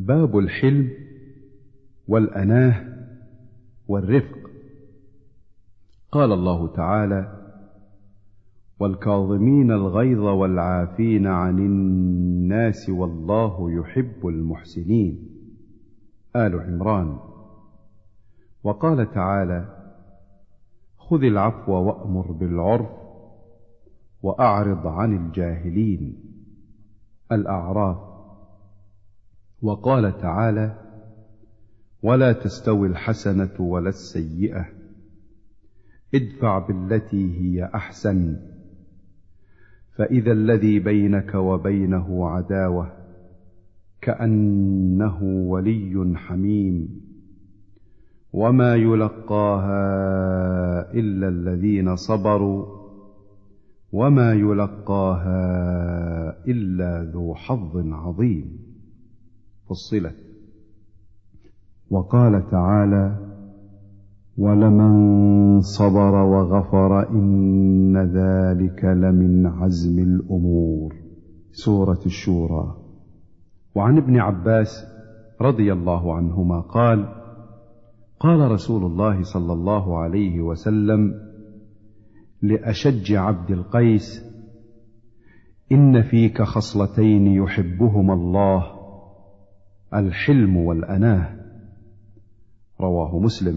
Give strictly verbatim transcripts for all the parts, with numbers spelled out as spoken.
باب الحلم والأناه والرفق. قال الله تعالى: والكاظمين الغيظ والعافين عن الناس والله يحب المحسنين. آل عمران. وقال تعالى: خذ العفو وأمر بالعرف وأعرض عن الجاهلين. الأعراف. وقال تعالى: ولا تستوي الحسنة ولا السيئة ادفع بالتي هي أحسن فإذا الذي بينك وبينه عداوة كأنه ولي حميم وما يلقاها إلا الذين صبروا وما يلقاها إلا ذو حظ عظيم. فصلت. وقال تعالى: ولمن صبر وغفر إن ذلك لمن عزم الأمور. سورة الشورى. وعن ابن عباس رضي الله عنهما قال: قال رسول الله صلى الله عليه وسلم لأشج عبد القيس: إن فيك خصلتين يحبهما الله، الحلم والأناه. رواه مسلم.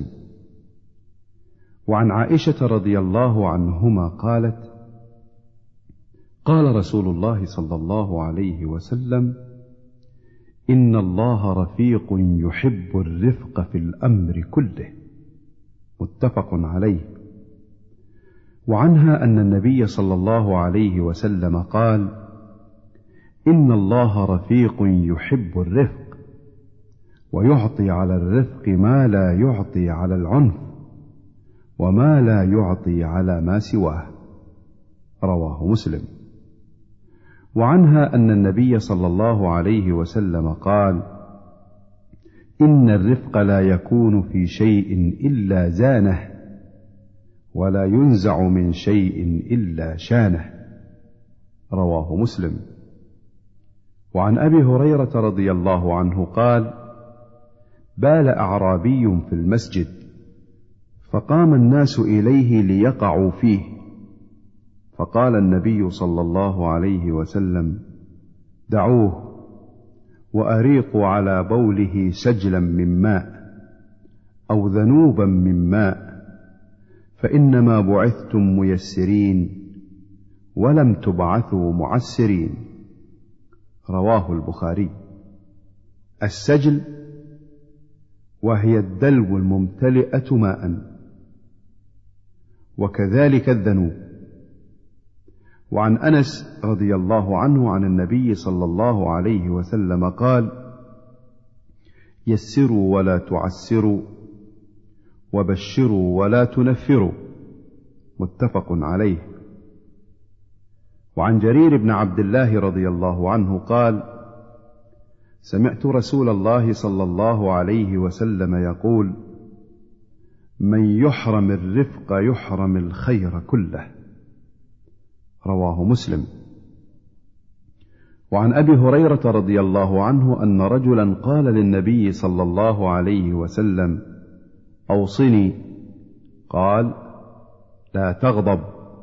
وعن عائشة رضي الله عنهما قالت: قال رسول الله صلى الله عليه وسلم: إن الله رفيق يحب الرفق في الأمر كله. متفق عليه. وعنها أن النبي صلى الله عليه وسلم قال: إن الله رفيق يحب الرفق ويعطي على الرفق ما لا يعطي على العنف وما لا يعطي على ما سواه. رواه مسلم. وعنها أن النبي صلى الله عليه وسلم قال: إن الرفق لا يكون في شيء إلا زانه ولا ينزع من شيء إلا شانه. رواه مسلم. وعن أبي هريرة رضي الله عنه قال: بال أعرابي في المسجد فقام الناس إليه ليقعوا فيه، فقال النبي صلى الله عليه وسلم: دعوه وأريقوا على بوله سجلا من ماء أو ذنوبا من ماء، فإنما بعثتم ميسرين ولم تبعثوا معسرين. رواه البخاري. السجل وهي الدلو الممتلئة ماء، وكذلك الذنوب. وعن أنس رضي الله عنه عن النبي صلى الله عليه وسلم قال: يسروا ولا تعسروا وبشروا ولا تنفروا. متفق عليه. وعن جرير بن عبد الله رضي الله عنه قال: سمعت رسول الله صلى الله عليه وسلم يقول: من يحرم الرفق يحرم الخير كله. رواه مسلم. وعن أبي هريرة رضي الله عنه أن رجلا قال للنبي صلى الله عليه وسلم: أوصني. قال: لا تغضب.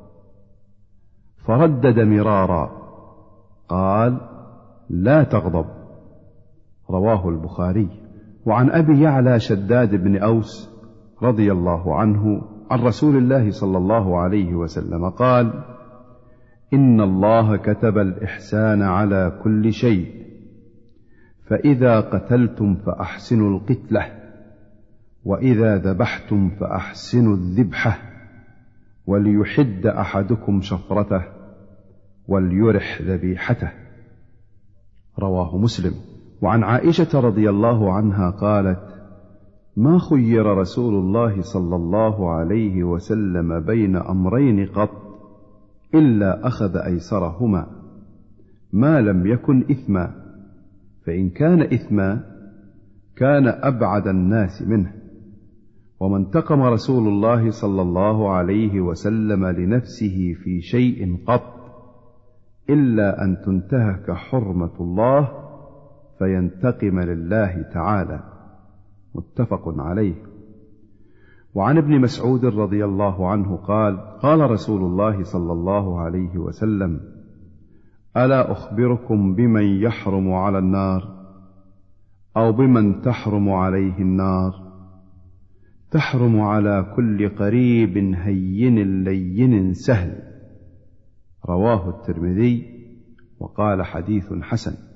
فردد مرارا قال: لا تغضب. رواه البخاري. وعن أبي يعلى شداد بن أوس رضي الله عنه عن رسول الله صلى الله عليه وسلم قال: إن الله كتب الإحسان على كل شيء، فإذا قتلتم فأحسنوا القتلة، وإذا ذبحتم فأحسنوا الذبحة، وليحد أحدكم شفرته وليرح ذبيحته. رواه مسلم. وعن عائشة رضي الله عنها قالت: ما خير رسول الله صلى الله عليه وسلم بين أمرين قط إلا أخذ أيسرهما ما لم يكن إثما، فإن كان إثما كان أبعد الناس منه. وما انتقم رسول الله صلى الله عليه وسلم لنفسه في شيء قط إلا أن تنتهك حرمة الله فينتقم لله تعالى. متفق عليه. وعن ابن مسعود رضي الله عنه قال: قال رسول الله صلى الله عليه وسلم: ألا أخبركم بمن يحرم على النار أو بمن تحرم عليه النار؟ تحرم على كل قريب هين لين سهل. رواه الترمذي وقال: حديث حسن.